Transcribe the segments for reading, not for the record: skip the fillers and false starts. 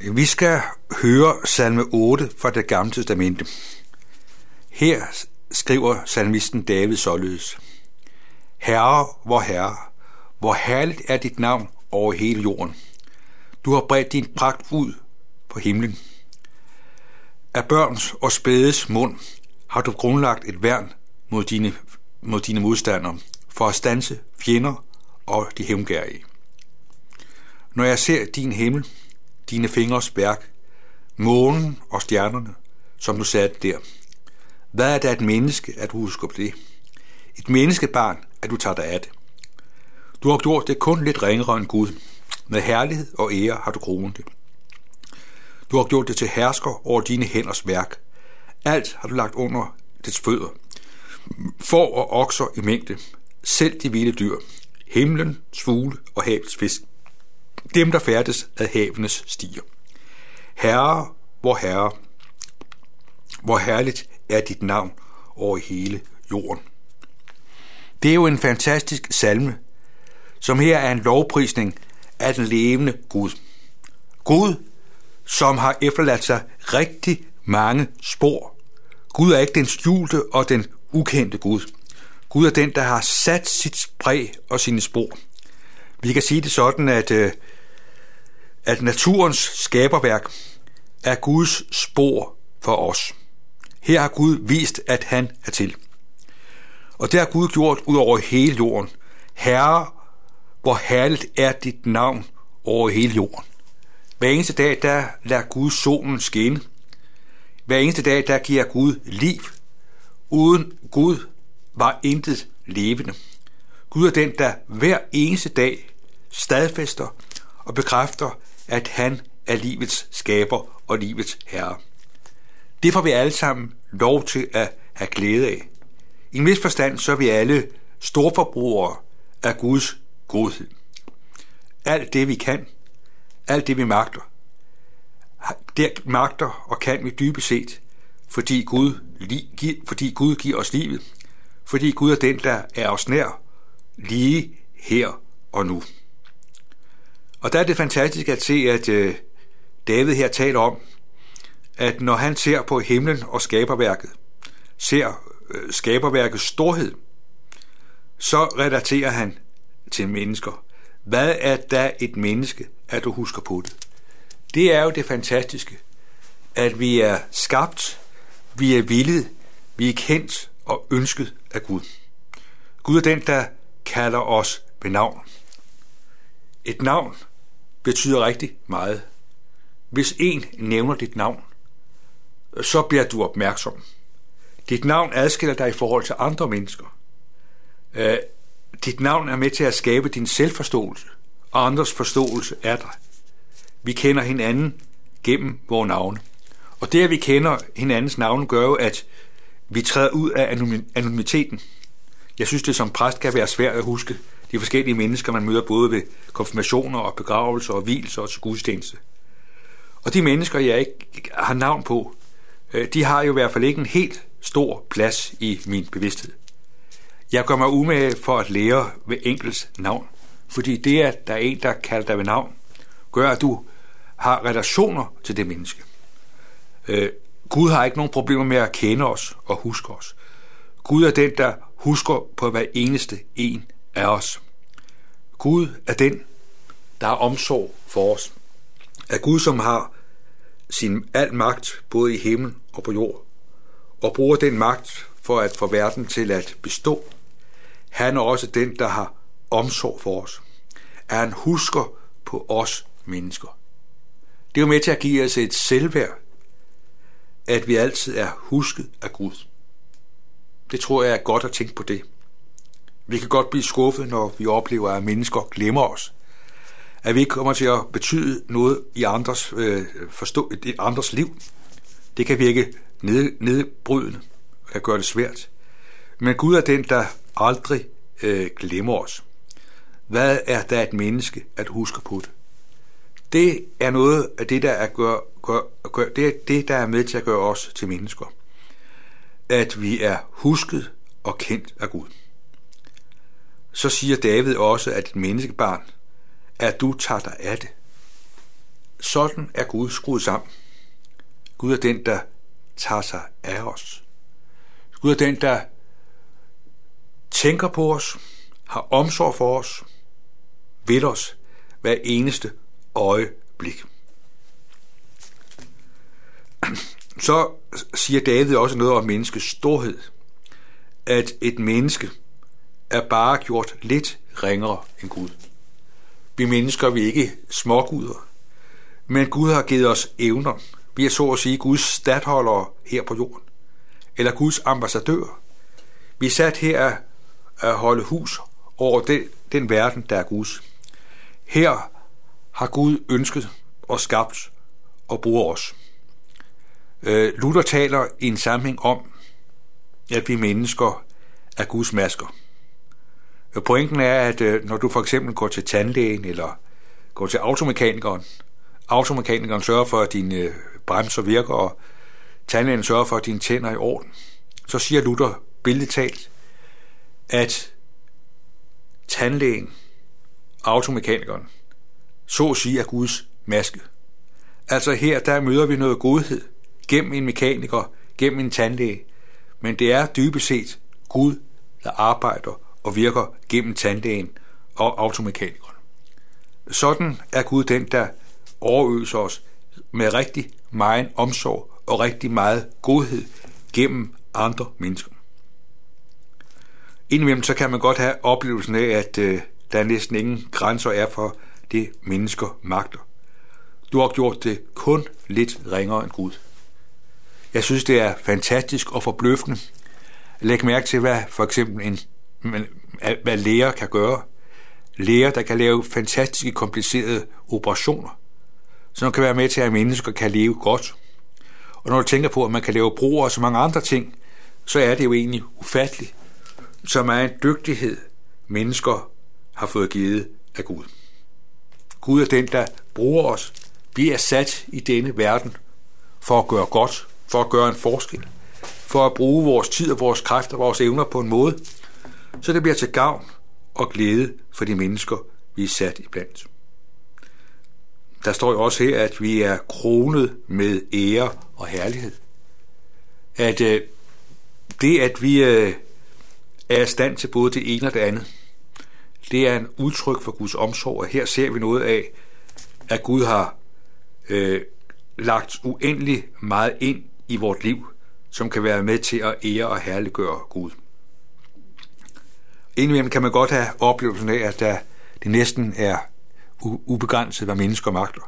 Vi skal høre salme 8 fra det gamle testamente. Her skriver salmisten David således: Herre, hvor herligt er dit navn over hele jorden. Du har bredt din pragt ud på himlen. Af børns og spædes mund har du grundlagt et værn mod dine modstandere, for at standse fjender og de hævngerrige. Når jeg ser din himmel, dine fingres værk, månen og stjernerne, som du satte der, hvad er det et menneske, at du husker på det? Et menneskebarn, at du tager dig af det. Du har gjort det kun lidt ringere end Gud. Med herlighed og ære har du kronet det. Du har gjort det til hersker over dine hænders værk. Alt har du lagt under dets fødder. Får og okser i mængde, selv de vilde dyr, himlen, fugle og havets fisk, dem der færdes ad havenes stier. Herre, hvor herligt er dit navn over hele jorden. Det er jo en fantastisk salme, som her er en lovprisning af den levende Gud. Gud, som har efterladt sig rigtig mange spor. Gud er ikke den skjulte og den ukendte Gud. Gud er den, der har sat sit præg og sine spor. Vi kan sige det sådan, at naturens skaberværk er Guds spor for os. Her har Gud vist, at han er til. Og det har Gud gjort ud over hele jorden. Herre, hvor herligt er dit navn over hele jorden. Hver eneste dag, der lader Gud solen skinne. Hver eneste dag, der giver Gud liv. Uden Gud var intet levende. Gud er den, der hver eneste dag stadfæster og bekræfter, at han er livets skaber og livets herre. Det får vi alle sammen lov til at have glæde af. I en vis forstand så er vi alle storforbrugere af Guds godhed. Alt det vi kan, alt det vi magter, det magter og kan vi dybest set, fordi Gud giver os livet, fordi Gud er den, der er os nær, lige her og nu. Og der er det fantastisk at se, at David her taler om, at når han ser på himlen og skaberværket, ser skaberværkets storhed, så relaterer han til mennesker. Hvad er da et menneske, at du husker på det? Det er jo det fantastiske, at vi er skabt, vi er villet, vi er kendt og ønsket af Gud. Gud er den, der kalder os ved navn. Et navn betyder rigtig meget. Hvis en nævner dit navn, så bliver du opmærksom. Dit navn adskiller dig i forhold til andre mennesker. Dit navn er med til at skabe din selvforståelse og andres forståelse af dig. Vi kender hinanden gennem vores navne. Og det, at vi kender hinandens navne, gør jo, at vi træder ud af anonymiteten. Jeg synes, det som præst kan være svært at huske de forskellige mennesker, man møder både ved konfirmationer og begravelser og vielser og til gudstjeneste. Og de mennesker, jeg ikke har navn på, de har jo i hvert fald ikke en helt stor plads i min bevidsthed. Jeg gør mig umage for at lære ved enkelts navn, fordi det, at der er en, der kalder dig ved navn, gør, at du har relationer til det menneske. Gud har ikke nogen problemer med at kende os og huske os. Gud er den, der husker på hver eneste en af os. Gud er den, der har omsorg for os. Er Gud, som har sin al magt både i himmel og på jord, og bruger den magt for at få verden til at bestå. Han er også den, der har omsorg for os. Er han husker på os mennesker. Det er jo med til at give os et selvværd, at vi altid er husket af Gud. Det tror jeg er godt at tænke på det. Vi kan godt blive skuffet, når vi oplever, at mennesker glemmer os. At vi ikke kommer til at betyde noget i andres liv. Det kan virke nedbrydende og kan gøre det svært. Men Gud er den, der aldrig glemmer os. Hvad er da et menneske, at huske på det? Det er noget af det, der er med til at gøre os til mennesker. At vi er husket og kendt af Gud. Så siger David også, at et menneskebarn, at du tager dig af det. sådan er Gud skruet sammen. Gud er den, der tager sig af os. Gud er den, der tænker på os, har omsorg for os, vil os hver eneste øjeblik. Så siger David også noget om menneskets storhed, at et menneske er bare gjort lidt ringere end Gud. Vi mennesker vi er ikke småguder, men Gud har givet os evner. Vi er så at sige Guds statholdere her på jorden, eller Guds ambassadører. Vi er sat her at holde hus over den verden, der er Guds. Her har Gud ønsket og skabt og bruger os. Luther taler i en sammenhæng om, at vi mennesker er Guds masker. Pointen er, at når du for eksempel går til tandlægen eller går til automekanikeren sørger for, at dine bremser virker, og tandlægen sørger for, at dine tænder er i orden, så siger Luther billedligt talt, at tandlægen, automekanikeren, så at sige er Guds maske. Altså her, der møder vi noget godhed gennem en mekaniker, gennem en tandlæge, men det er dybest set Gud, der arbejder og virker gennem tandlægen og automekanikeren. Sådan er Gud den, der overøser os med rigtig meget omsorg og rigtig meget godhed gennem andre mennesker. Indimellem så kan man godt have oplevelsen af, at der næsten ingen grænser er for det, mennesker magter. Du har gjort det kun lidt ringere end Gud. Jeg synes, det er fantastisk og forbløffende. Læg mærke til, hvad for eksempel hvad læger kan gøre. Læger, der kan lave fantastiske komplicerede operationer, som kan være med til, at mennesker kan leve godt. Og når du tænker på, at man kan lave broer og så mange andre ting, så er det jo egentlig ufatteligt, som er en dygtighed, mennesker har fået givet af Gud. Gud er den, der bruger os. Vi er sat i denne verden for at gøre godt, for at gøre en forskel, for at bruge vores tid og vores kræfter og vores evner på en måde, så det bliver til gavn og glæde for de mennesker, vi er sat iblandt. Der står jo også her, at vi er kronet med ære og herlighed. At det, at vi er i stand til både det ene og det andet, det er en udtryk for Guds omsorg, og her ser vi noget af, at Gud har lagt uendelig meget ind i vort liv, som kan være med til at ære og herliggøre Gud. Indimellem kan man godt have oplevelsen af, at det næsten er ubegrænset, hvad mennesker magter.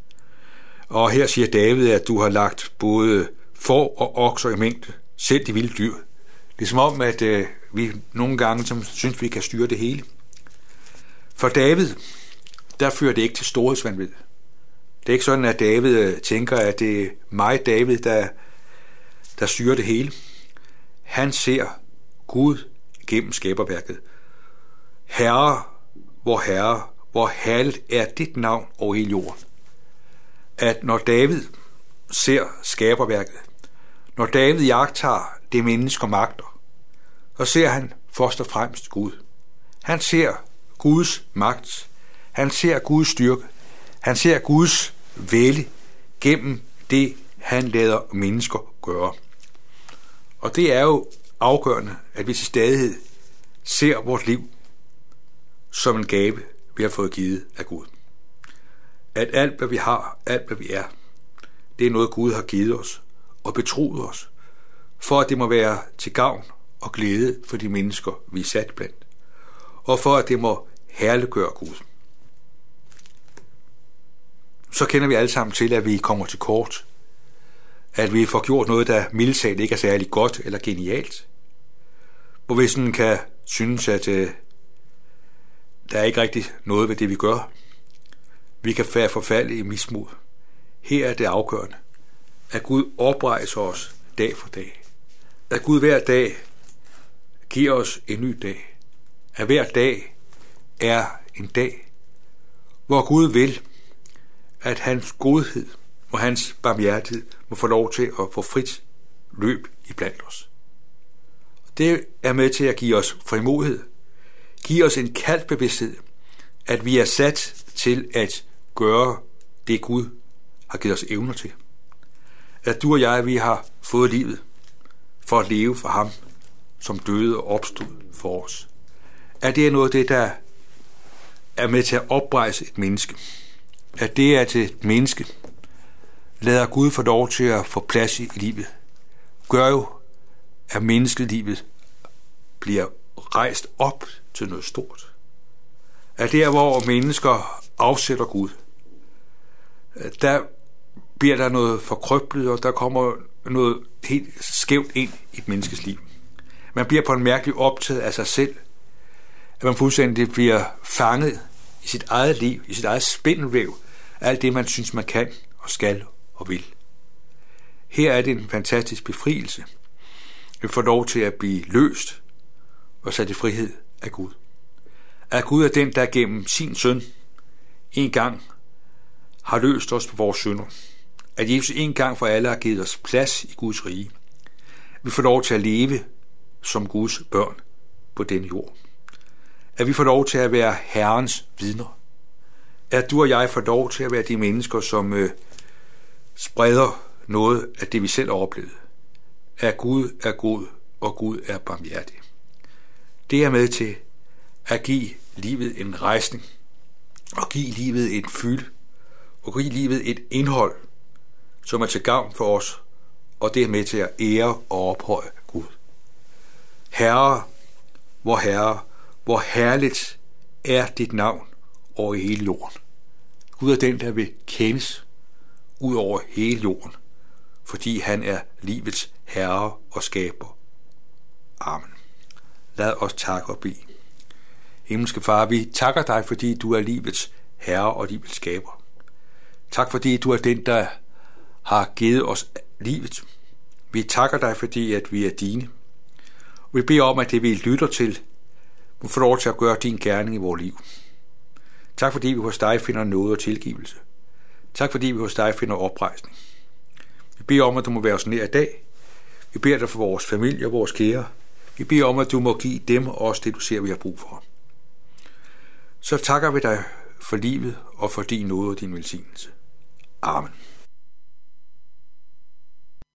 Og her siger David, at du har lagt både får og okser i mængde, selv de vilde dyr. Det er som om, at vi nogle gange synes, vi kan styre det hele. For David, der fører det ikke til storhedsvanvid. Det er ikke sådan, at David tænker, at det er mig, David, der styrer det hele. Han ser Gud gennem skaberværket. Herre, hvor herligt er dit navn over hele jorden. At når David ser skaberværket, når David jagter det mennesker magter, så ser han først og fremmest Gud. Han ser Guds magt. Han ser Guds styrke. Han ser Guds vælge gennem det, han lader mennesker gøre. Og det er jo afgørende, at vi til stadighed ser vores liv som en gave, vi har fået givet af Gud. At alt, hvad vi har, alt, hvad vi er, det er noget, Gud har givet os og betroet os, for at det må være til gavn og glæde for de mennesker, vi er sat blandt, og for at det må herliggøre Gud. Så kender vi alle sammen til, at vi kommer til kort, at vi får gjort noget, der mildt sagt ikke er særlig godt eller genialt, hvor vi sådan kan synes, at der er ikke rigtig noget ved det, vi gør. Vi kan forfalde i mismod. Her er det afgørende, at Gud oprejser os dag for dag. At Gud hver dag giver os en ny dag. At hver dag er en dag, hvor Gud vil, at hans godhed og hans barmhjertighed må få lov til at få frit løb iblandt os. Det er med til at give os frimodighed, give os en kaldt bevidsthed, at vi er sat til at gøre det Gud har givet os evner til. At du og jeg, vi har fået livet for at leve for ham, som døde og opstod for os. At det er noget af det, der er med til at oprejse et menneske. At det er til et menneske, lader Gud få lov til at få plads i livet. Gør jo, at menneskelivet bliver rejst op til noget stort. At der, hvor mennesker afsætter Gud, der bliver der noget forkrøblet, og der kommer noget helt skævt ind i et menneskes liv. Man bliver på en mærkelig optaget af sig selv, at man fuldstændig bliver fanget i sit eget liv, i sit eget spindelvæv, alt det, man synes, man kan og skal og vil. Her er det en fantastisk befrielse. Vi får lov til at blive løst og sat i frihed af Gud. At Gud er den, der gennem sin søn en gang har løst os på vores synder. At Jesus en gang for alle har givet os plads i Guds rige. Vi får lov til at leve som Guds børn på denne jord. At vi får lov til at være Herrens vidner. At du og jeg får lov til at være de mennesker, som spreder noget af det, vi selv har oplevet. At Gud er god, og Gud er barmhjertig. Det er med til at give livet en rejsning, og give livet et fylde, og give livet et indhold, som er til gavn for os, og det er med til at ære og ophøje Gud. Herre, hvor herligt er dit navn over hele jorden. Gud er den, der vil kendes ud over hele jorden, fordi han er livets herre og skaber. Amen. Lad os takke og bede. Himmelske Far, vi takker dig, fordi du er livets herre og livets skaber. Tak, fordi du er den, der har givet os livet. Vi takker dig, fordi at vi er dine. Vi beder om, at det vi lytter til, må få lov til at gøre din gerning i vores liv. Tak, fordi vi hos dig finder noget og tilgivelse. Tak, fordi vi hos dig finder oprejsning. Vi beder om, at du må være os nær i dag. Vi beder dig for vores familie og vores kære. Vi beder om, at du må give dem og os det, du ser, vi har brug for. Så takker vi dig for livet og for din nåde og din velsignelse. Amen.